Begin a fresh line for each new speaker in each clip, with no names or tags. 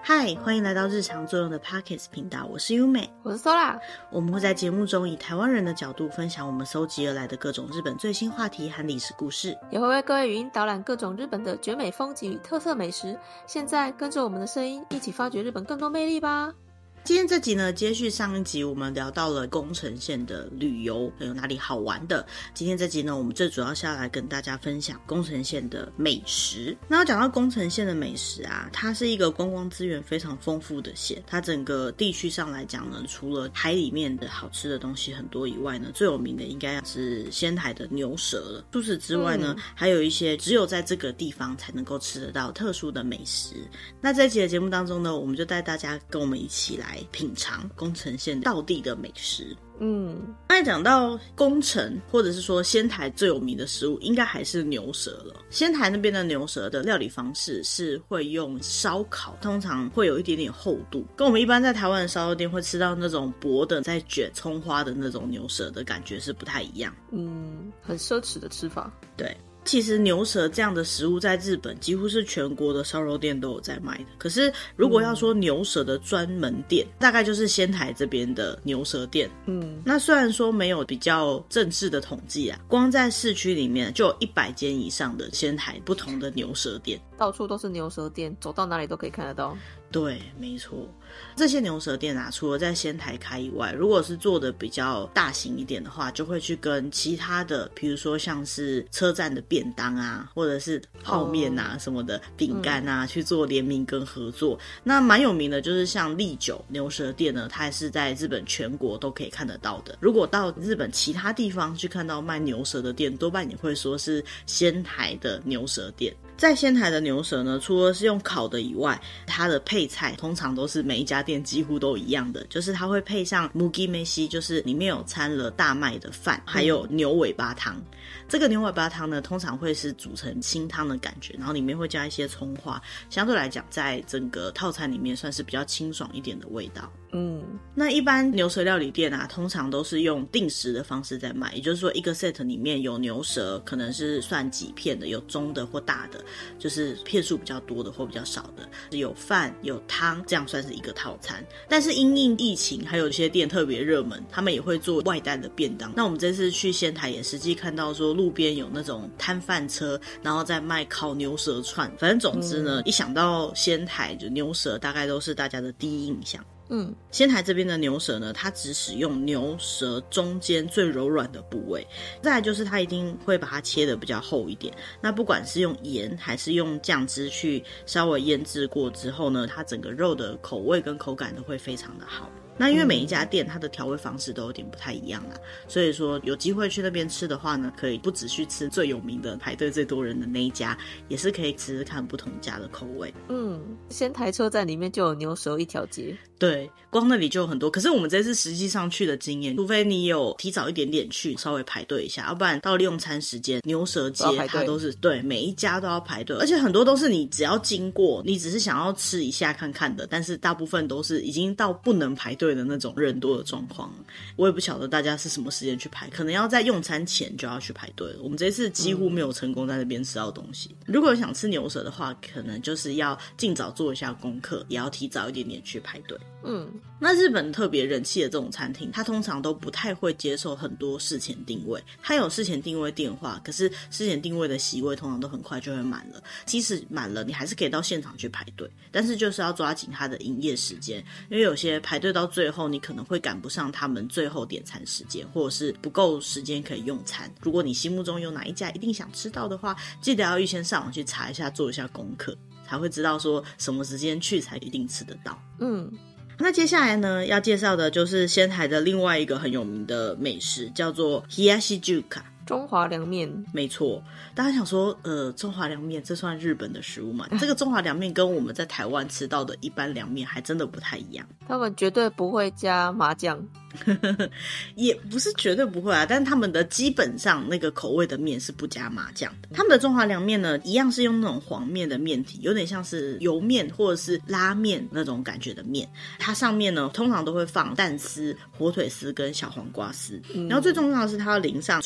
嗨，欢迎来到日常作用的 Podcast 频道，我是优美，
我是 Sola。
我们会在节目中以台湾人的角度分享我们搜集而来的各种日本最新话题和历史故事，
也会为各位语音导览各种日本的绝美风景与特色美食。现在跟着我们的声音，一起发掘日本更多魅力吧。
今天这集呢，接续上一集我们聊到了宫城县的旅游有哪里好玩的。今天这集呢，我们最主要是要来跟大家分享宫城县的美食。那要讲到宫城县的美食啊，它是一个观光资源非常丰富的县。它整个地区上来讲呢，除了海里面的好吃的东西很多以外呢，最有名的应该是仙台的牛舌了。除此之外呢，还有一些只有在这个地方才能够吃得到特殊的美食。那这一集的节目当中呢，我们就带大家跟我们一起来品尝宫城县道地的美食。那讲到宫城或者是说仙台最有名的食物，应该还是牛舌了。仙台那边的牛舌的料理方式是会用烧烤，通常会有一点点厚度，跟我们一般在台湾的烧肉店会吃到那种薄的在卷葱花的那种牛舌的感觉是不太一样。
很奢侈的吃法。
对，其实牛舌这样的食物在日本几乎是全国的烧肉店都有在卖的，可是如果要说牛舌的专门店，大概就是仙台这边的牛舌店。那虽然说没有比较正式的统计啊，光在市区里面就有100间以上的仙台不同的牛舌店，
到处都是牛舌店，走到哪里都可以看得到。
对，没错。这些牛舌店啊，除了在仙台开以外，如果是做的比较大型一点的话，就会去跟其他的，比如说像是车站的便当啊，或者是泡面啊什么的饼干啊，去做联名跟合作。那蛮有名的就是像利久牛舌店呢，它是在日本全国都可以看得到的。如果到日本其他地方去看到卖牛舌的店，多半也会说是仙台的牛舌店。在仙台的牛舌呢，除了是用烤的以外，它的配菜通常都是每一家店几乎都一样的，就是它会配上麦飯，就是里面有掺了大麦的饭，还有牛尾巴汤。这个牛尾巴汤呢，通常会是煮成清汤的感觉，然后里面会加一些葱花，相对来讲在整个套餐里面算是比较清爽一点的味道。那一般牛舌料理店啊，通常都是用定时的方式在卖，也就是说一个 set 里面有牛舌，可能是算几片的，有中的或大的，就是片数比较多的或比较少的，有饭有汤，这样算是一个套餐。但是因应疫情，还有一些店特别热门，他们也会做外带的便当。那我们这次去仙台也实际看到说路边有那种摊贩车，然后在卖烤牛舌串。反正总之呢，一想到仙台就牛舌，大概都是大家的第一印象。仙台这边的牛舌呢，它只使用牛舌中间最柔软的部位，再来就是它一定会把它切得比较厚一点。那不管是用盐还是用酱汁去稍微腌制过之后呢，它整个肉的口味跟口感都会非常的好。那因为每一家店它的调味方式都有点不太一样啦，所以说有机会去那边吃的话呢，可以不只去吃最有名的排队最多人的那一家，也是可以吃吃看不同家的口味。
仙台车站里面就有牛舌一条街。
对，光那里就有很多。可是我们这次实际上去的经验，除非你有提早一点点去稍微排队一下，要不然到了用餐时间，牛舌街它都是对每一家都要排队，而且很多都是你只要经过，你只是想要吃一下看看的，但是大部分都是已经到不能排队的那种人多的状况。我也不晓得大家是什么时间去排，可能要在用餐前就要去排队了。我们这次几乎没有成功在那边吃到东西。如果想吃牛舌的话，可能就是要尽早做一下功课，也要提早一点点去排队。那日本特别人气的这种餐厅，它通常都不太会接受很多事前定位。它有事前定位电话，可是事前定位的席位通常都很快就会满了。即使满了，你还是可以到现场去排队，但是就是要抓紧它的营业时间，因为有些排队到最后，你可能会赶不上他们最后点餐时间，或者是不够时间可以用餐。如果你心目中有哪一家一定想吃到的话，记得要预先上网去查一下，做一下功课，才会知道说什么时间去才一定吃得到。那接下来呢，要介绍的就是仙台的另外一个很有名的美食，叫做 Hiyashi Juka。
中华凉面。
没错，大家想说中华凉面这算日本的食物吗？这个中华凉面跟我们在台湾吃到的一般凉面还真的不太一样。
他们绝对不会加麻酱。
也不是绝对不会啊，但他们的基本上那个口味的面是不加麻酱的。他们的中华凉面呢，一样是用那种黄面的面体，有点像是油面或者是拉面那种感觉的面。它上面呢通常都会放蛋丝、火腿丝跟小黄瓜丝，然后最重要的是它要淋上中华凉面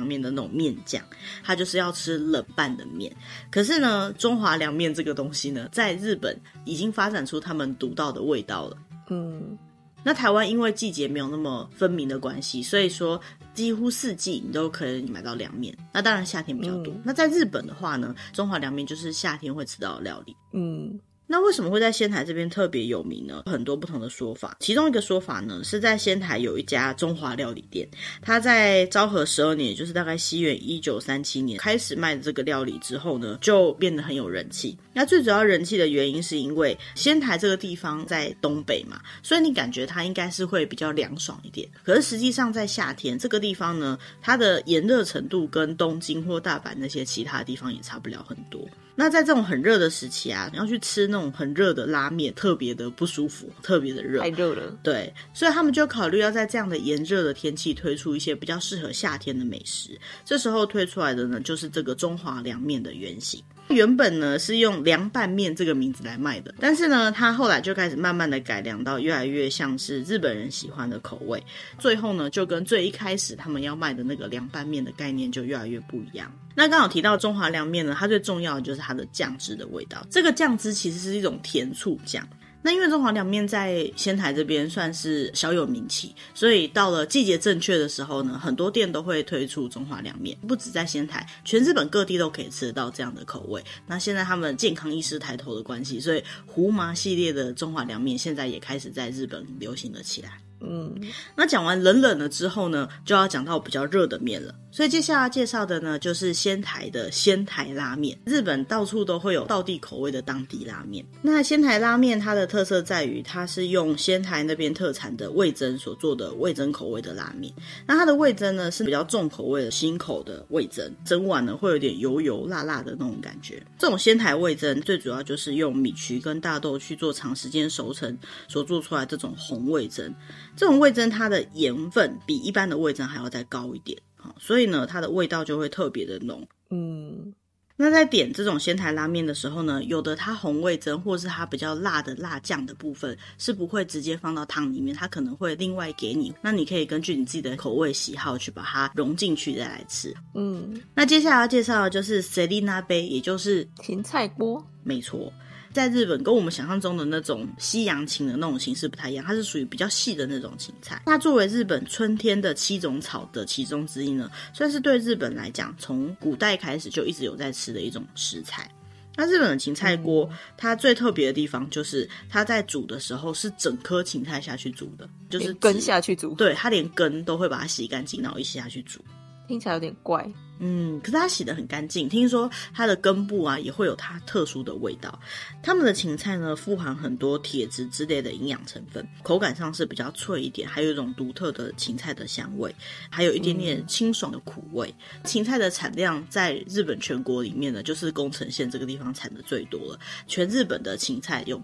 面的那种面酱，它就是要吃冷拌的面。可是呢，中华凉面这个东西呢，在日本已经发展出他们独到的味道了。那台湾因为季节没有那么分明的关系，所以说几乎四季你都可以买到凉面，那当然夏天比较多。那在日本的话呢，中华凉面就是夏天会吃到的料理。那为什么会在仙台这边特别有名呢？很多不同的说法，其中一个说法呢是在仙台有一家中华料理店，它在昭和12年，也就是大概西元1937年开始卖的这个料理之后呢，就变得很有人气。那最主要人气的原因是因为仙台这个地方在东北嘛，所以你感觉它应该是会比较凉爽一点。可是实际上在夏天这个地方呢，它的炎热程度跟东京或大阪那些其他地方也差不了很多。那在这种很热的时期啊，你要去吃那种很热的拉面，特别的不舒服，特别的热，
太热了。
对，所以他们就考虑要在这样的炎热的天气推出一些比较适合夏天的美食。这时候推出来的呢，就是这个中华凉面的原型。原本呢是用凉拌面这个名字来卖的，但是呢它后来就开始慢慢的改良到越来越像是日本人喜欢的口味，最后呢就跟最一开始他们要卖的那个凉拌面的概念就越来越不一样。那刚好提到中华凉面呢，它最重要的就是它的酱汁的味道，这个酱汁其实是一种甜醋酱。那因为中华凉面在仙台这边算是小有名气，所以到了季节正确的时候呢，很多店都会推出中华凉面，不止在仙台，全日本各地都可以吃得到这样的口味。那现在他们健康意识抬头的关系，所以胡麻系列的中华凉面现在也开始在日本流行了起来。那讲完冷冷了之后呢，就要讲到比较热的面了。所以接下来介绍的呢，就是仙台的仙台拉面。日本到处都会有道地口味的当地拉面。那仙台拉面它的特色在于，它是用仙台那边特产的味噌所做的味噌口味的拉面。那它的味噌呢是比较重口味的新口的味噌，整碗呢会有点油油辣辣的那种感觉。这种仙台味噌最主要就是用米曲跟大豆去做长时间熟成所做出来这种红味噌。这种味噌它的盐分比一般的味噌还要再高一点，所以呢它的味道就会特别的浓。那在点这种仙台拉面的时候呢，有的它红味噌或是它比较辣的辣酱的部分是不会直接放到汤里面，它可能会另外给你，那你可以根据你自己的口味喜好去把它融进去再来吃。那接下来要介绍的就是 Selina 杯，也就是
芹菜锅。
没错，在日本跟我们想象中的那种西洋芹的那种形式不太一样，它是属于比较细的那种芹菜。它作为日本春天的7种草的其中之一呢，算是对日本来讲从古代开始就一直有在吃的一种食材。那日本的芹菜锅，它最特别的地方就是它在煮的时候是整颗芹菜下去煮的，就是
根下去煮。
对，它连根都会把它洗干净，然后一起下去煮。
听起来有点怪。
可是它洗得很干净，听说它的根部啊也会有它特殊的味道。他们的芹菜呢富含很多铁质之类的营养成分，口感上是比较脆一点，还有一种独特的芹菜的香味，还有一点点清爽的苦味。芹菜的产量在日本全国里面呢，就是宫城县这个地方产的最多了。全日本的芹菜有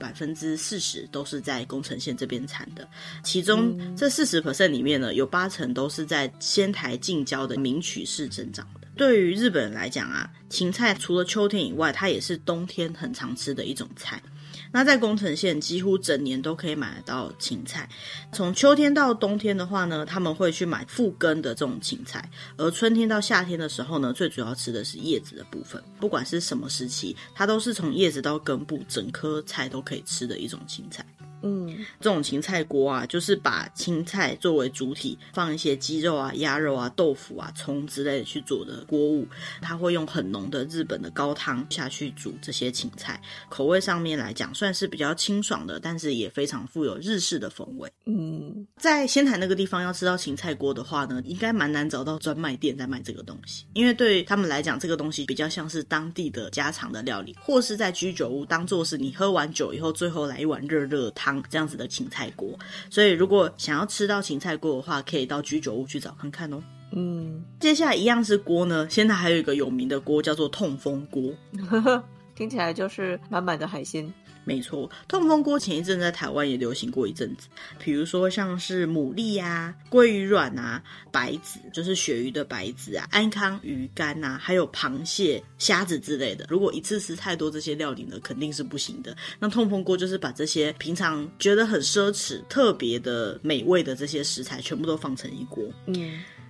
40%都是在宫城县这边产的，其中这40% 里面呢，有80%都是在仙台近郊的名取市生长的。对于日本人来讲啊，芹菜除了秋天以外，它也是冬天很常吃的一种菜。那在宫城县几乎整年都可以买得到芹菜，从秋天到冬天的话呢，他们会去买复根的这种芹菜，而春天到夏天的时候呢，最主要吃的是叶子的部分。不管是什么时期，它都是从叶子到根部整颗菜都可以吃的一种芹菜。这种芹菜锅啊，就是把芹菜作为主体，放一些鸡肉啊、鸭肉啊、豆腐啊、葱之类的去做的锅物。它会用很浓的日本的高汤下去煮这些芹菜，口味上面来讲算是比较清爽的，但是也非常富有日式的风味。在仙台那个地方要吃到芹菜锅的话呢，应该蛮难找到专卖店在卖这个东西，因为对他们来讲，这个东西比较像是当地的家常的料理，或是在居酒屋当作是你喝完酒以后最后来一碗热热汤这样子的芹菜锅。所以如果想要吃到芹菜锅的话，可以到居酒屋去找看看哦。接下来一样是锅呢，仙台还有一个有名的锅叫做痛风锅。
听起来就是满满的海鲜。
没错，痛风锅前一阵在台湾也流行过一阵子，比如说像是牡蛎啊、鲑鱼卵啊、白子，就是鳕鱼的白子啊、安康鱼干啊，还有螃蟹、虾子之类的。如果一次吃太多这些料理呢，肯定是不行的。那痛风锅就是把这些平常觉得很奢侈、特别的美味的这些食材全部都放成一锅。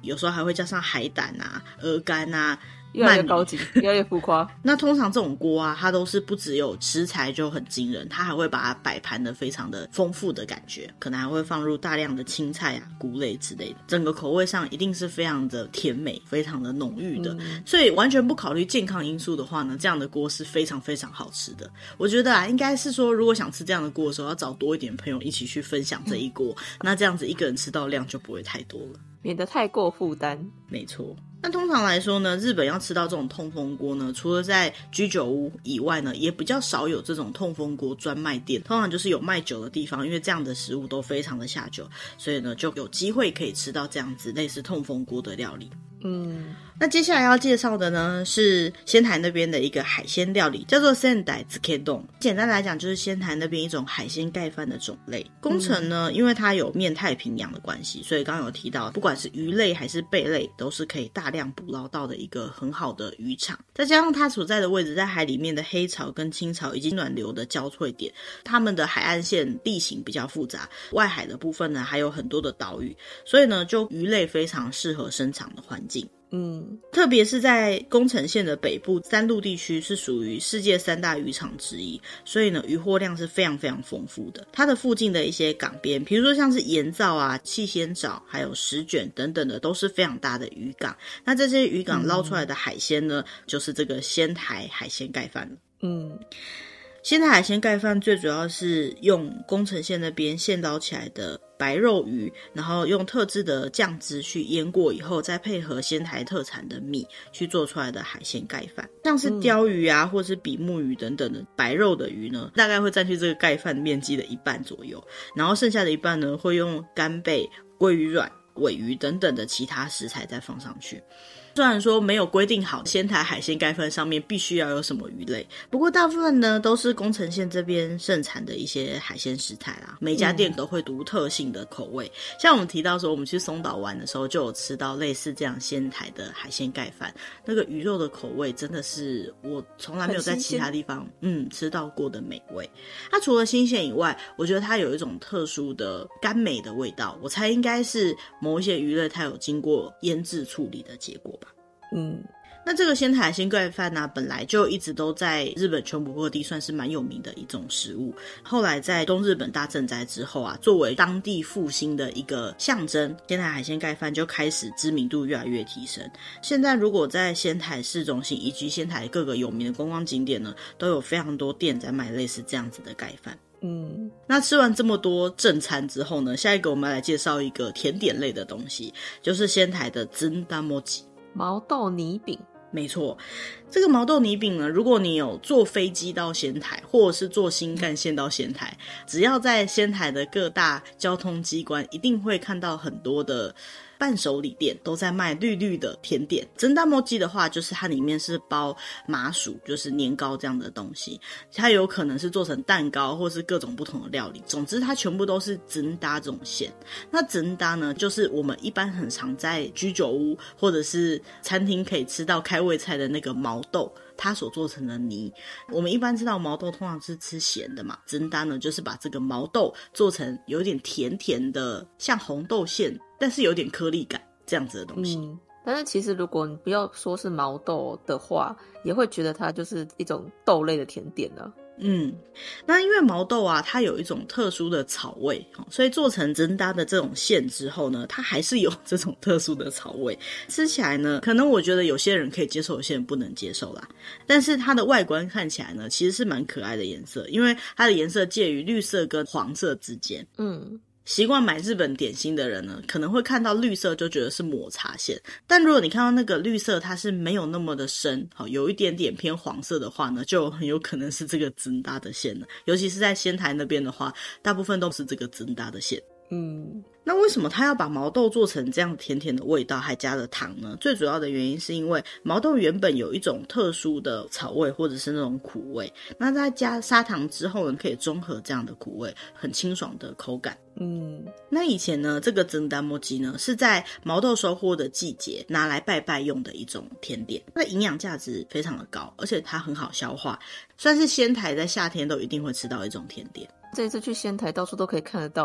有时候还会加上海胆啊、鹅肝啊，
越来越高级，越来越浮夸。
那通常这种锅啊，它都是不只有食材就很惊人，它还会把它摆盘的非常的丰富的感觉，可能还会放入大量的青菜啊、菇类之类的，整个口味上一定是非常的甜美、非常的浓郁的。所以完全不考虑健康因素的话呢，这样的锅是非常非常好吃的。我觉得啊，应该是说，如果想吃这样的锅的时候，要找多一点朋友一起去分享这一锅，那这样子一个人吃到量就不会太多了，
免得太过负担。
没错。那通常来说呢，日本要吃到这种痛风锅呢，除了在居酒屋以外呢，也比较少有这种痛风锅专卖店，通常就是有卖酒的地方，因为这样的食物都非常的下酒，所以呢就有机会可以吃到这样子类似痛风锅的料理。那接下来要介绍的呢是仙台那边的一个海鲜料理，叫做仙台漬け丼。简单来讲就是仙台那边一种海鲜盖饭的种类。宫城呢，因为它有面太平洋的关系，所以刚刚有提到不管是鱼类还是贝类都是可以大量捕捞到的一个很好的渔场，再加上它所在的位置在海里面的黑潮跟青潮以及暖流的交汇点，他们的海岸线地形比较复杂，外海的部分呢还有很多的岛屿，所以呢就鱼类非常适合生长的环境。特别是在宫城县的北部三陆地区是属于世界3大渔场之一，所以呢渔获量是非常非常丰富的。它的附近的一些港边，比如说像是盐沼啊、气仙沼还有石卷等等的，都是非常大的渔港。那这些渔港捞出来的海鲜呢，就是这个仙台海鲜盖饭了。仙台海鲜盖饭最主要是用宫城县那边现捞起来的白肉鱼，然后用特制的酱汁去腌过以后，再配合仙台特产的米去做出来的海鲜盖饭。像是鲷鱼啊或是比目鱼等等的白肉的鱼呢，大概会占据这个盖饭面积的一半左右，然后剩下的一半呢会用干贝、鲑鱼卵、尾鱼等等的其他食材再放上去。虽然说没有规定好仙台海鲜盖饭上面必须要有什么鱼类，不过大部分呢都是宫城县这边盛产的一些海鲜食材啦，每家店都会独特性的口味。像我们提到说我们去松岛玩的时候就有吃到类似这样仙台的海鲜盖饭，那个鱼肉的口味真的是我从来没有在其他地方吃到过的美味。它除了新鲜以外，我觉得它有一种特殊的甘美的味道，我猜应该是某一些鱼类它有经过腌制处理的结果吧。那这个仙台海鲜盖饭呢，本来就一直都在日本全国各地算是蛮有名的一种食物。后来在东日本大震灾之后啊，作为当地复兴的一个象征，仙台海鲜盖饭就开始知名度越来越提升。现在如果在仙台市中心以及仙台各个有名的观光景点呢，都有非常多店在卖类似这样子的盖饭。那吃完这么多正餐之后呢，下一个我们来介绍一个甜点类的东西，就是仙台的ずんだ餅
毛豆泥饼。
没错，这个毛豆泥饼呢，如果你有坐飞机到仙台，或者是坐新干线到仙台，只要在仙台的各大交通机关，一定会看到很多的伴手礼店都在卖绿绿的甜点。ずんだ餅的话，就是它里面是包麻薯，就是年糕这样的东西，它有可能是做成蛋糕或是各种不同的料理，总之它全部都是ずんだ这种馅。那ずんだ呢，就是我们一般很常在居酒屋或者是餐厅可以吃到开胃菜的那个毛豆，它所做成的泥。我们一般知道毛豆通常是吃咸的嘛，ずんだ呢就是把这个毛豆做成有点甜甜的，像红豆馅，但是有点颗粒感这样子的东西。
但是其实如果你不要说是毛豆的话，也会觉得它就是一种豆类的甜点啊。
那因为毛豆啊，它有一种特殊的草味，所以做成ずんだ的这种馅之后呢，它还是有这种特殊的草味。吃起来呢，可能我觉得有些人可以接受，有些人不能接受啦。但是它的外观看起来呢，其实是蛮可爱的颜色，因为它的颜色介于绿色跟黄色之间。习惯买日本点心的人呢，可能会看到绿色就觉得是抹茶馅，但如果你看到那个绿色它是没有那么的深，有一点点偏黄色的话呢，就很有可能是这个ずんだ的馅了。尤其是在仙台那边的话，大部分都是这个ずんだ的馅。那为什么他要把毛豆做成这样甜甜的味道还加了糖呢？最主要的原因是因为毛豆原本有一种特殊的草味或者是那种苦味，那在加砂糖之后呢，可以中和这样的苦味，很清爽的口感。那以前呢，这个ずんだ餅呢是在毛豆收获的季节拿来拜拜用的一种甜点，它的营养价值非常的高，而且它很好消化，算是仙台在夏天都一定会吃到一种甜点。
这一次去仙台到处都可以看得到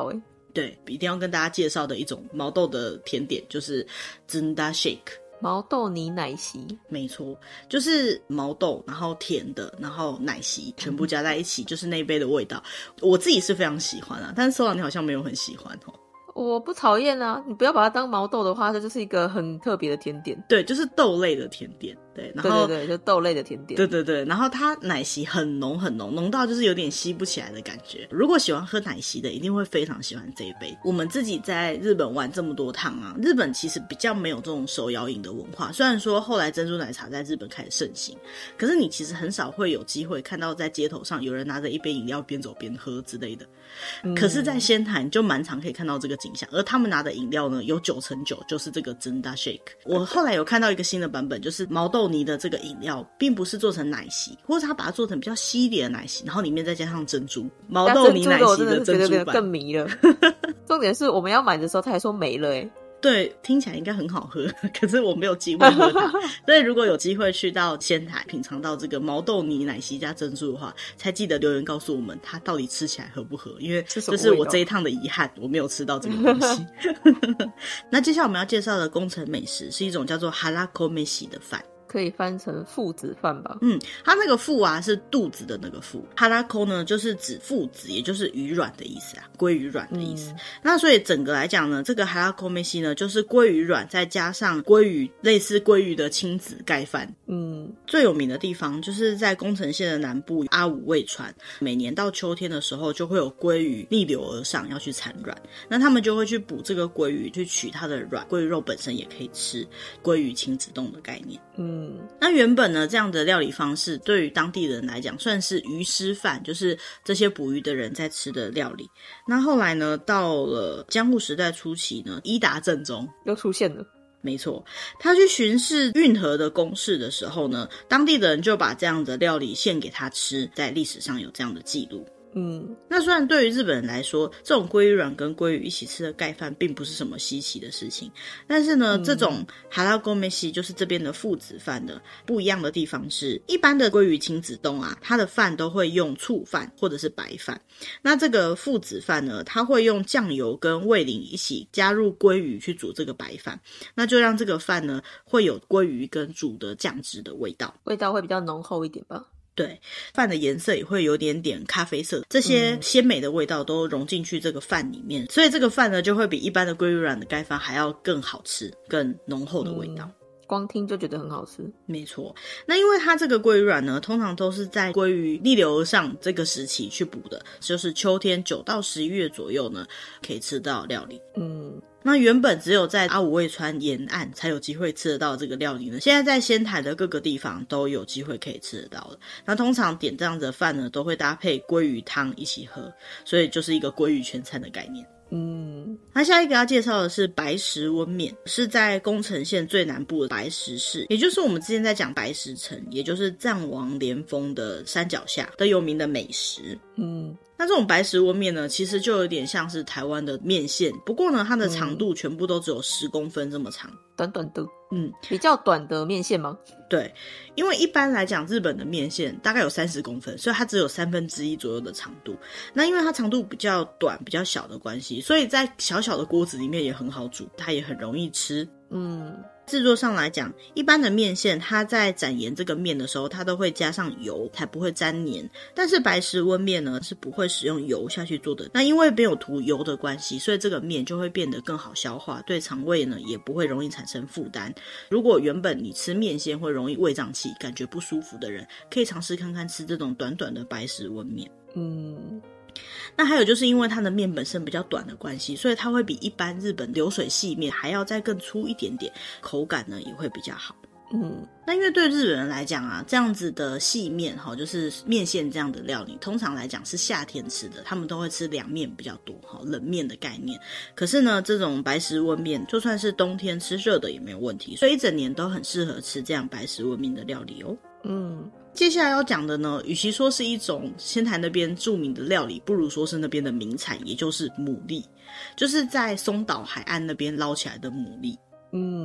对，一定要跟大家介绍的一种毛豆的甜点就是 Zunda Shake。
毛豆泥奶昔，
没错，就是毛豆，然后甜的，然后奶昔全部加在一起，就是那一杯的味道。我自己是非常喜欢啊，但是Sola你好像没有很喜欢哦。
我不讨厌啊，你不要把它当毛豆的话，这就是一个很特别的甜点。
对，就是豆类的甜点。对，然后
对，就豆类的甜点。
对，然后它奶昔很浓很浓，浓到就是有点吸不起来的感觉。如果喜欢喝奶昔的，一定会非常喜欢这一杯。我们自己在日本玩这么多趟啊，日本其实比较没有这种手摇饮的文化。虽然说后来珍珠奶茶在日本开始盛行，可是你其实很少会有机会看到在街头上有人拿着一杯饮料边走边喝之类的。可是在仙台就蛮常可以看到这个景象，而他们拿的饮料呢，有9%就是这个 Zunda Shake。 我后来有看到一个新的版本，就是毛豆泥的这个饮料并不是做成奶昔，或者他把它做成比较稀一点的奶昔，然后里面再加上珍珠，毛豆泥奶昔的珍珠版
更迷了。重点是我们要买的时候他还说没了欸。
对，听起来应该很好喝，可是我没有机会喝它。所以如果有机会去到仙台品尝到这个毛豆泥奶昔加珍珠的话，才记得留言告诉我们它到底吃起来合不合，因为这是我这一趟的遗憾，我没有吃到这个东西。那接下来我们要介绍的宫城美食是一种叫做哈拉口美西的饭，
可以翻成父子饭吧。
它那个腹啊是肚子的那个腹，哈拉扣呢就是指父子，也就是鱼卵的意思啊，鲑鱼卵的意思。那所以整个来讲呢，这个哈拉扣梅西呢就是鲑鱼卵再加上鲑鱼，类似鲑鱼的亲子盖饭。最有名的地方就是在宫城县的南部阿武味川，每年到秋天的时候就会有鲑鱼逆流而上要去产卵，那他们就会去捕这个鲑鱼，去取它的卵，鲑鱼肉本身也可以吃，鲑鱼亲子冻的概念。那原本呢，这样的料理方式对于当地人来讲算是鱼师饭，就是这些捕鱼的人在吃的料理。那后来呢，到了江户时代初期呢，伊达政宗
又出现了。
没错，他去巡视运河的宫室的时候呢，当地的人就把这样的料理献给他吃，在历史上有这样的记录。那虽然对于日本人来说，这种鲑鱼卵跟鲑鱼一起吃的盖饭并不是什么稀奇的事情，但是呢，这种哈拉沟梅西就是这边的父子饭的不一样的地方是，一般的鲑鱼亲子冻啊，它的饭都会用醋饭或者是白饭，那这个父子饭呢，它会用酱油跟味淋一起加入鲑鱼去煮这个白饭，那就让这个饭呢会有鲑鱼跟煮的酱汁的味道，
味道会比较浓厚一点吧。
对，饭的颜色也会有点点咖啡色，这些鲜美的味道都融进去这个饭里面，所以这个饭呢就会比一般的鲑鱼卵的盖饭还要更好吃，更浓厚的味道。
光听就觉得很好吃。
没错，那因为它这个鲑鱼卵呢，通常都是在鲑鱼逆流而上这个时期去捕的，就是秋天9到11月左右呢，可以吃到料理。那原本只有在阿武味川沿岸才有机会吃得到这个料理呢，现在在仙台的各个地方都有机会可以吃得到了。那通常点这样子的饭呢，都会搭配鲑鱼汤一起喝，所以就是一个鲑鱼全餐的概念。那下一个要介绍的是白石温面，是在宫城县最南部的白石市，也就是我们之前在讲白石城，也就是藏王连峰的山脚下的有名的美食。那这种白石温面呢，其实就有点像是台湾的面线，不过呢，它的长度全部都只有10公分这么长，
短短的。比较短的面线吗？
对，因为一般来讲日本的面线大概有30公分，所以它只有1/3左右的长度。那因为它长度比较短比较小的关系，所以在小小的锅子里面也很好煮，它也很容易吃。制作上来讲，一般的面线它在展盐这个面的时候，它都会加上油才不会沾黏，但是白石温面呢是不会使用油下去做的。那因为没有涂油的关系，所以这个面就会变得更好消化，对肠胃呢也不会容易产生负担。如果原本你吃面线会容易胃胀气感觉不舒服的人，可以尝试看看吃这种短短的白石温面。那还有就是因为它的面本身比较短的关系，所以它会比一般日本流水细面还要再更粗一点点，口感呢也会比较好。那因为对日本人来讲啊，这样子的细面就是面线这样的料理，通常来讲是夏天吃的，他们都会吃凉面比较多，冷面的概念。可是呢，这种白石温面就算是冬天吃热的也没有问题，所以一整年都很适合吃这样白石温面的料理哦。接下来要讲的呢，与其说是一种仙台那边著名的料理，不如说是那边的名产，也就是牡蛎，就是在松岛海岸那边捞起来的牡蛎。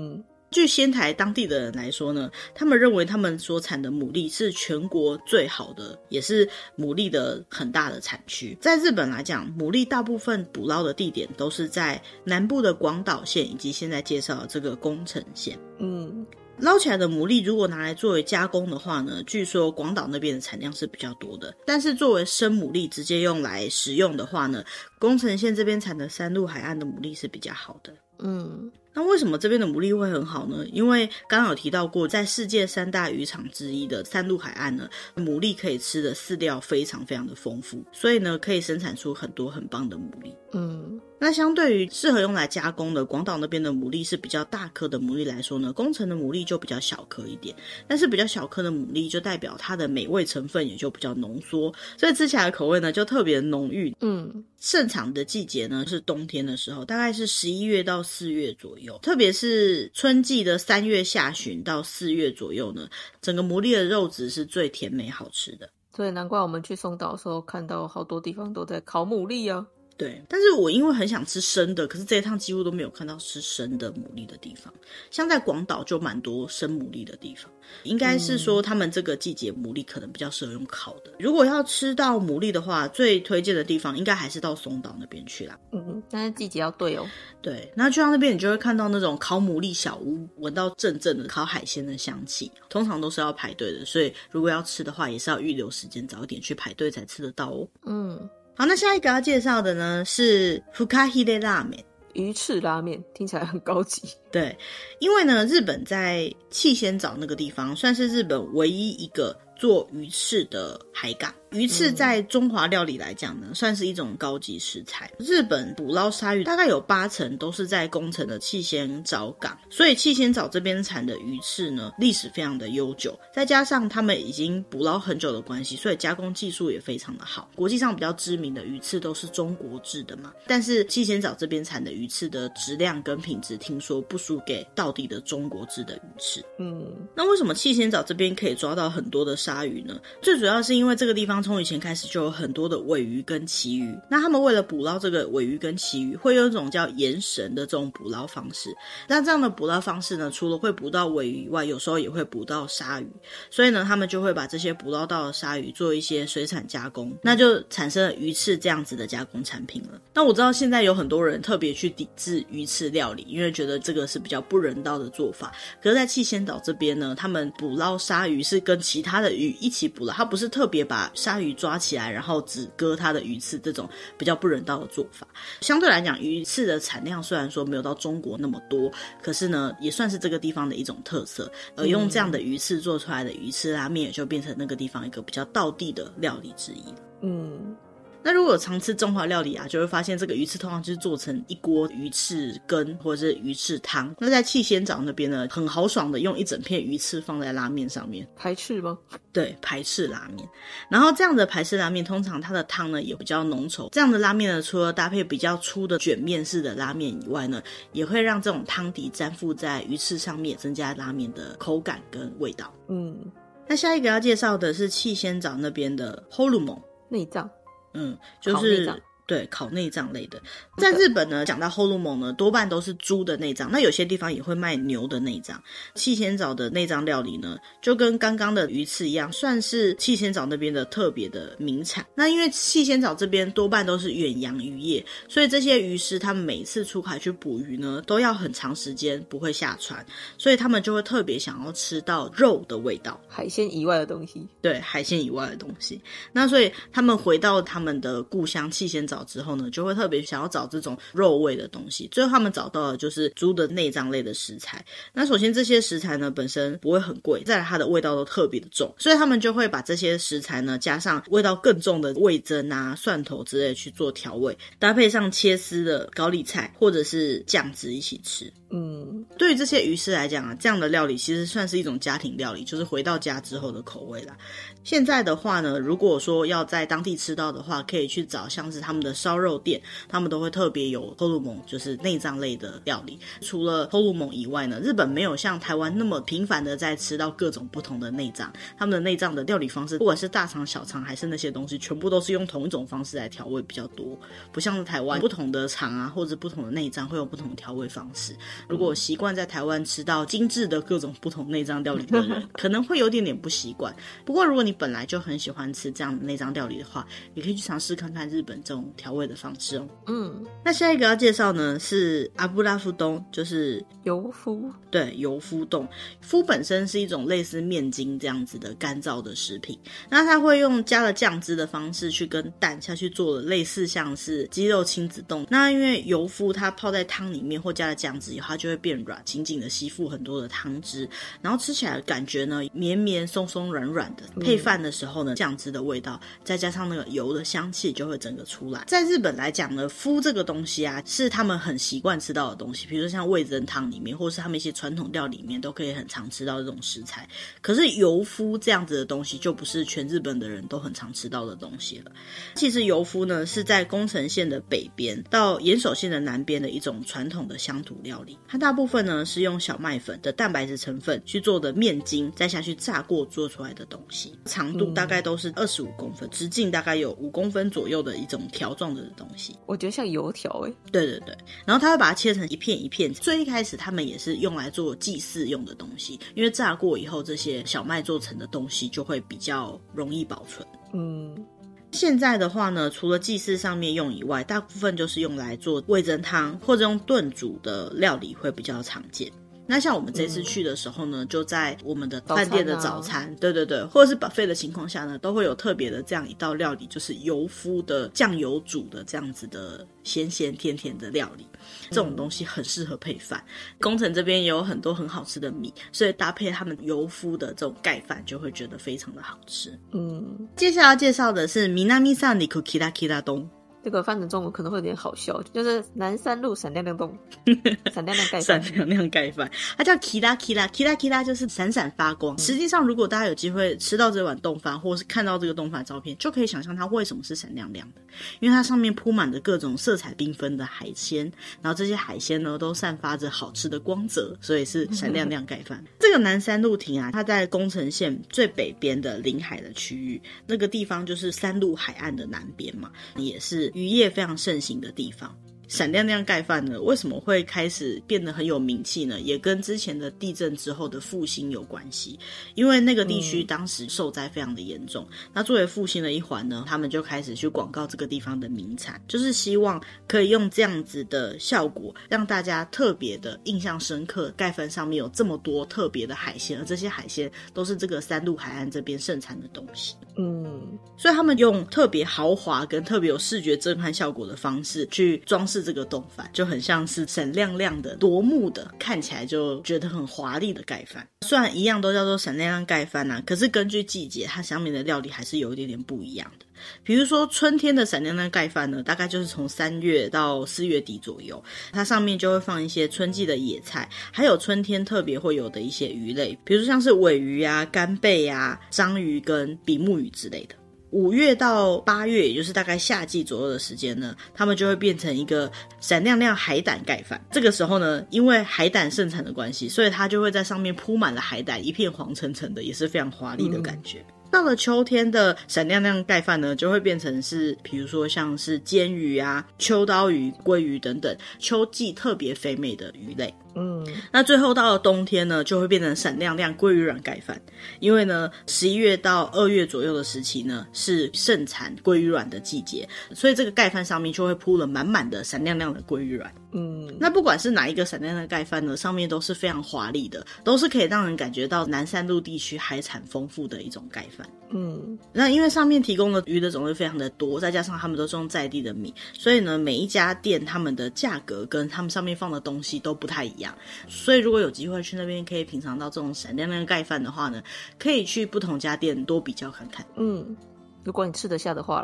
据仙台当地的人来说呢，他们认为他们所产的牡蛎是全国最好的，也是牡蛎的很大的产区。在日本来讲，牡蛎大部分捕捞的地点都是在南部的广岛县以及现在介绍的这个宫城县。捞起来的牡蛎如果拿来作为加工的话呢，据说广岛那边的产量是比较多的，但是作为生牡蛎直接用来食用的话呢，宫城县这边产的山路海岸的牡蛎是比较好的。那为什么这边的牡蛎会很好呢？因为刚刚有提到过，在世界3大渔场之一的三陆海岸呢，牡蛎可以吃的饲料非常非常的丰富，所以呢可以生产出很多很棒的牡蛎。那相对于适合用来加工的广岛那边的牡蛎是比较大颗的牡蛎来说呢，宫城的牡蛎就比较小颗一点，但是比较小颗的牡蛎就代表它的美味成分也就比较浓缩，所以吃起来的口味呢就特别浓郁。盛产的季节呢是冬天的时候，大概是11月到4月左右，特别是春季的3月下旬到4月左右呢，整个牡蛎的肉质是最甜美好吃的。
所以难怪我们去松岛的时候看到好多地方都在烤牡蛎啊。
对，但是我因为很想吃生的，可是这一趟几乎都没有看到吃生的牡蛎的地方，像在广岛就蛮多生牡蛎的地方，应该是说他们这个季节牡蛎可能比较适合用烤的。如果要吃到牡蛎的话，最推荐的地方应该还是到松岛那边去啦。
但是季节要对哦。
对，那去到那边你就会看到那种烤牡蛎小屋，闻到阵阵的烤海鲜的香气，通常都是要排队的，所以如果要吃的话也是要预留时间，早一点去排队才吃得到哦。好，那下一个要介绍的呢是 Fukahide 拉面，
鱼翅拉面，听起来很高级。
对，因为呢日本在气仙沼那个地方算是日本唯一一个做鱼翅的海港。鱼翅在中华料理来讲呢，算是一种高级食材。日本捕捞鲨鱼大概有80%都是在宫城的气仙沼港，所以气仙沼这边产的鱼翅呢，历史非常的悠久，再加上他们已经捕捞很久的关系，所以加工技术也非常的好。国际上比较知名的鱼翅都是中国制的嘛，但是气仙沼这边产的鱼翅的质量跟品质，听说不输给道地的中国制的鱼翅。那为什么气仙沼这边可以抓到很多的鲨鱼呢？最主要是因为这个地方从以前开始就有很多的尾鱼跟旗鱼，那他们为了捕捞这个尾鱼跟旗鱼，会用一种叫延绳的这种捕捞方式。那这样的捕捞方式呢，除了会捕到尾鱼以外，有时候也会捕到鲨鱼，所以呢他们就会把这些捕捞到的鲨鱼做一些水产加工，那就产生了鱼翅这样子的加工产品了。那我知道现在有很多人特别去抵制鱼翅料理，因为觉得这个是比较不人道的做法，可是在气仙岛这边呢，他们捕捞鲨鱼是跟其他的鱼一起捕捞，他不是特别把鲨鱼抓起来然后只割它的鱼刺，这种比较不人道的做法。相对来讲，鱼翅的产量虽然说没有到中国那么多，可是呢也算是这个地方的一种特色，而用这样的鱼翅做出来的鱼翅拉面，也就变成那个地方一个比较道地的料理之一了。那如果有常吃中华料理啊，就会发现这个鱼翅通常就是做成一锅鱼翅羹或者是鱼翅汤。那在气仙沼那边呢，很豪爽的用一整片鱼翅放在拉面上面。
排翅吗？
对，排翅拉面。然后这样的排翅拉面通常它的汤呢也比较浓稠，这样的拉面呢除了搭配比较粗的卷面式的拉面以外呢，也会让这种汤底沾附在鱼翅上面，增加拉面的口感跟味道。那下一个要介绍的是气仙沼那边的 Horumo
内脏。
就是对，烤内脏类的。在日本呢，讲到 Horumo 呢，多半都是猪的内脏，那有些地方也会卖牛的内脏。气仙沼的内脏料理呢，就跟刚刚的鱼翅一样，算是气仙沼那边的特别的名产。那因为气仙沼这边多半都是远洋渔业，所以这些渔师他们每次出海去捕鱼呢，都要很长时间不会下船，所以他们就会特别想要吃到肉的味道，
海鲜以外的东西。
对，海鲜以外的东西。那所以他们回到他们的故乡气仙沼之后呢，就会特别想要找这种肉味的东西。最后他们找到的就是猪的内脏类的食材。那首先这些食材呢本身不会很贵，再来它的味道都特别的重，所以他们就会把这些食材呢加上味道更重的味噌啊、蒜头之类去做调味，搭配上切丝的高丽菜或者是酱汁一起吃。对于这些鱼师来讲啊，这样的料理其实算是一种家庭料理，就是回到家之后的口味啦。现在的话呢，如果说要在当地吃到的话，可以去找像是他们的烧肉店，他们都会特别有ホルモン，就是内脏类的料理。除了ホルモン以外呢，日本没有像台湾那么频繁的在吃到各种不同的内脏，他们的内脏的料理方式，不管是大肠小肠还是那些东西，全部都是用同一种方式来调味比较多，不像台湾不同的肠啊或者不同的内脏会有不同的调味方式。如果习惯在台湾吃到精致的各种不同内脏料理的人可能会有点不习惯，不过如果你本来就很喜欢吃这样的内脏料理的话，也可以去尝试看看日本这种调味的方式哦。那下一个要介绍呢是阿布拉夫冬，就是
油麸。
对，油麸冻。麸本身是一种类似面筋这样子的干燥的食品，那它会用加了酱汁的方式去跟蛋下去做了类似像是鸡肉亲子冻。那因为油麸它泡在汤里面或加了酱汁以后，它就会变软，紧紧的吸附很多的汤汁，然后吃起来的感觉呢绵绵松松软软的，配饭的时候呢酱汁的味道再加上那个油的香气就会整个出来。在日本来讲呢，麸这个东西啊是他们很习惯吃到的东西，比如说像味噌汤里面或是他们一些传统料理里面都可以很常吃到这种食材。可是油麸这样子的东西就不是全日本的人都很常吃到的东西了。其实油麸呢是在宫城县的北边到岩手县的南边的一种传统的乡土料理，它大部分呢是用小麦粉的蛋白质成分去做的面筋，再下去炸过做出来的东西，长度大概都是25公分，直径大概有5公分左右的一种条状的东西。
我觉得像油条欸。
对对对，然后他会把它切成一片一片，最一开始他们也是用来做祭祀用的东西，因为炸过以后这些小麦做成的东西就会比较容易保存。现在的话呢，除了祭祀上面用以外，大部分就是用来做味噌汤或者用炖煮的料理会比较常见。那像我们这次去的时候呢，就在我们的饭店的早餐，对对对，或者是 buffet 的情况下呢，都会有特别的这样一道料理，就是油麸的酱油煮的这样子的咸咸甜甜的料理。这种东西很适合配饭，宫城这边也有很多很好吃的米，所以搭配他们油麸的这种盖饭就会觉得非常的好吃。接下来要介绍的是南三陸キラキラ丼。
这个翻成中文可能会有点好笑，就是南山路闪亮亮洞闪亮亮盖饭
闪亮亮盖饭，它叫 Kira Kira Kira Kira， 就是闪闪发光。实际上如果大家有机会吃到这碗冻饭或是看到这个冻饭照片，就可以想象它为什么是闪亮亮的，因为它上面铺满着各种色彩缤纷的海鲜，然后这些海鲜呢都散发着好吃的光泽，所以是闪亮亮盖饭。这个南山路亭啊，它在宫城县最北边的临海的区域，那个地方就是三陆海岸的南边嘛，也是渔业非常盛行的地方。闪亮亮盖饭呢，为什么会开始变得很有名气呢？也跟之前的地震之后的复兴有关系。因为那个地区当时受灾非常的严重，那作为复兴的一环呢，他们就开始去广告这个地方的名产，就是希望可以用这样子的效果让大家特别的印象深刻，盖饭上面有这么多特别的海鲜，而这些海鲜都是这个三陆海岸这边盛产的东西。所以他们用特别豪华跟特别有视觉震撼效果的方式去装饰这个冻饭，就很像是闪亮亮的夺目的，看起来就觉得很华丽的盖饭。虽然一样都叫做闪亮亮盖饭啊，可是根据季节它上面的料理还是有一点点不一样的。比如说春天的闪亮亮盖饭呢，大概就是从3月到4月底左右，它上面就会放一些春季的野菜，还有春天特别会有的一些鱼类，比如说像是鲔鱼啊、干贝啊、章鱼跟比目鱼之类的。5月到8月，也就是大概夏季左右的时间呢，他们就会变成一个闪亮亮海胆盖饭。这个时候呢，因为海胆盛产的关系，所以它就会在上面铺满了海胆，一片黄澄澄的，也是非常华丽的感觉。到了秋天的闪亮亮盖饭呢，就会变成是比如说像是煎鱼啊、秋刀鱼、鲑鱼等等秋季特别肥美的鱼类。那最后到了冬天呢，就会变成闪亮亮鲑鱼卵盖饭，因为呢11月到2月左右的时期呢是盛产鲑鱼卵的季节，所以这个盖饭上面就会铺了满满的闪亮亮的鲑鱼卵。那不管是哪一个闪亮亮的盖饭呢，上面都是非常华丽的，都是可以让人感觉到南三陆地区海产丰富的一种盖饭。那因为上面提供的鱼的种类非常的多，再加上他们都是用在地的米，所以呢每一家店他们的价格跟他们上面放的东西都不太一样，所以如果有机会去那边可以品尝到这种闪亮亮的盖饭的话呢，可以去不同家店多比较看看。
如果你吃得下的话了。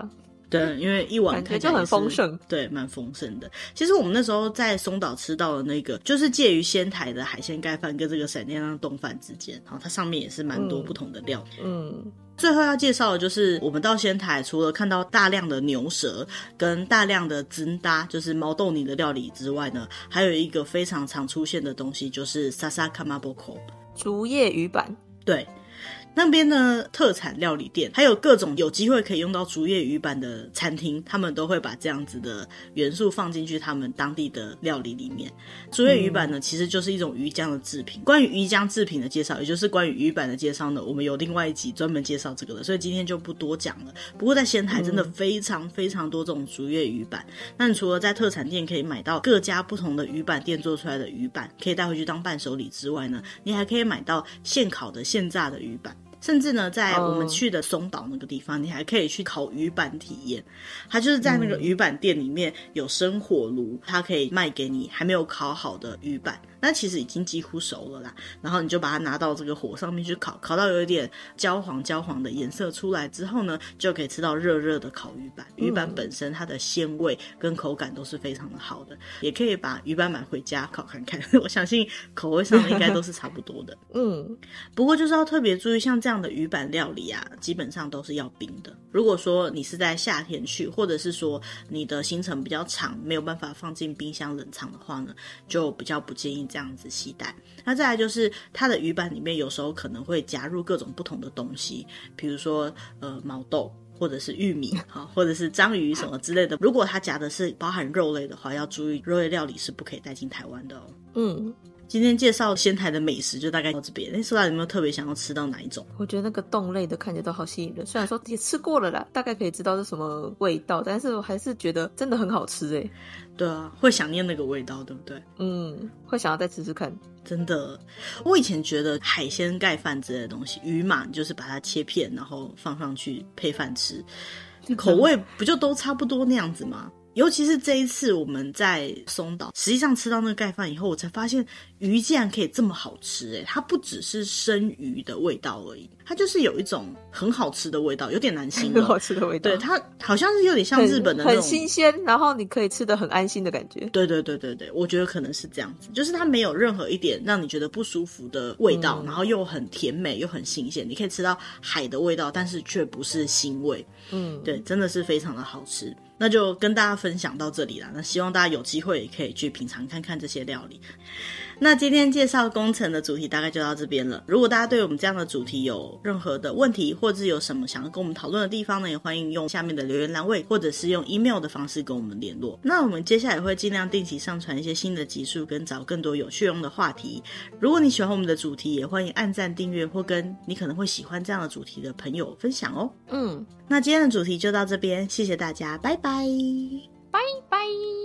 对，因为一碗看起来
感觉就很丰盛，
对，蛮丰盛的。其实我们那时候在松岛吃到的那个，就是介于仙台的海鲜盖饭跟这个闪电浪冻饭之间，然后它上面也是蛮多不同的料理。最后要介绍的就是我们到仙台，除了看到大量的牛舌跟大量的增搭，就是毛豆泥的料理之外呢，还有一个非常常出现的东西，就是sasa kamaboko
竹叶鱼板。
对，那边的特产料理店，还有各种有机会可以用到竹叶鱼板的餐厅，他们都会把这样子的元素放进去他们当地的料理里面。竹叶鱼板呢，其实就是一种鱼浆的制品。关于鱼浆制品的介绍，也就是关于鱼板的介绍呢，我们有另外一集专门介绍这个的，所以今天就不多讲了。不过在仙台真的非常非常多这种竹叶鱼板。那你除了在特产店可以买到各家不同的鱼板店做出来的鱼板，可以带回去当伴手礼之外呢，你还可以买到现烤的现炸的鱼板。甚至呢，在我们去的松岛那个地方，你还可以去烤鱼板体验。它就是在那个鱼板店里面有生火炉，它可以卖给你还没有烤好的鱼板。那其实已经几乎熟了啦，然后你就把它拿到这个火上面去烤，烤到有一点焦黄的颜色出来之后呢，就可以吃到热热的烤鱼板。鱼板本身它的鲜味跟口感都是非常的好的，也可以把鱼板买回家烤看看，我相信口味上应该都是差不多的。不过就是要特别注意，像这样的鱼板料理啊，基本上都是要冰的。如果说你是在夏天去，或者是说你的行程比较长，没有办法放进冰箱冷藏的话呢，就比较不建议这样子携带。那再来就是它的鱼板里面有时候可能会加入各种不同的东西，比如说毛豆或者是玉米或者是章鱼什么之类的。如果它夹的是包含肉类的话，要注意肉类料理是不可以带进台湾的哦。今天介绍仙台的美食就大概到这边。说到有没有特别想要吃到哪一种？
我觉得那个冻类的看起来都好吸引人，虽然说也吃过了啦，大概可以知道是什么味道，但是我还是觉得真的很好吃耶。
对啊，会想念那个味道，对不对？
会想要再吃吃看。
真的，我以前觉得海鲜盖饭之类的东西，鱼嘛就是把它切片然后放上去配饭吃，口味不就都差不多那样子吗？尤其是这一次我们在松岛实际上吃到那个盖饭以后，我才发现鱼竟然可以这么好吃它不只是生鱼的味道而已，它就是有一种很好吃的味道，有点难形容。
很好吃的味道。
对，它好像是有点像日本的那种
很新鲜，然后你可以吃得很安心的感觉。
对，我觉得可能是这样子，就是它没有任何一点让你觉得不舒服的味道，然后又很甜美又很新鲜，你可以吃到海的味道，但是却不是腥味。对，真的是非常的好吃。那就跟大家分享到这里啦，那希望大家有机会也可以去品尝看看这些料理。那今天介绍工程的主题大概就到这边了。如果大家对我们这样的主题有任何的问题，或者是有什么想要跟我们讨论的地方呢，也欢迎用下面的留言栏位，或者是用 email 的方式跟我们联络。那我们接下来会尽量定期上传一些新的集数，跟找更多有趣用的话题。如果你喜欢我们的主题，也欢迎按赞订阅，或跟你可能会喜欢这样的主题的朋友分享哦。那今天的主题就到这边，谢谢大家，拜拜。
拜拜。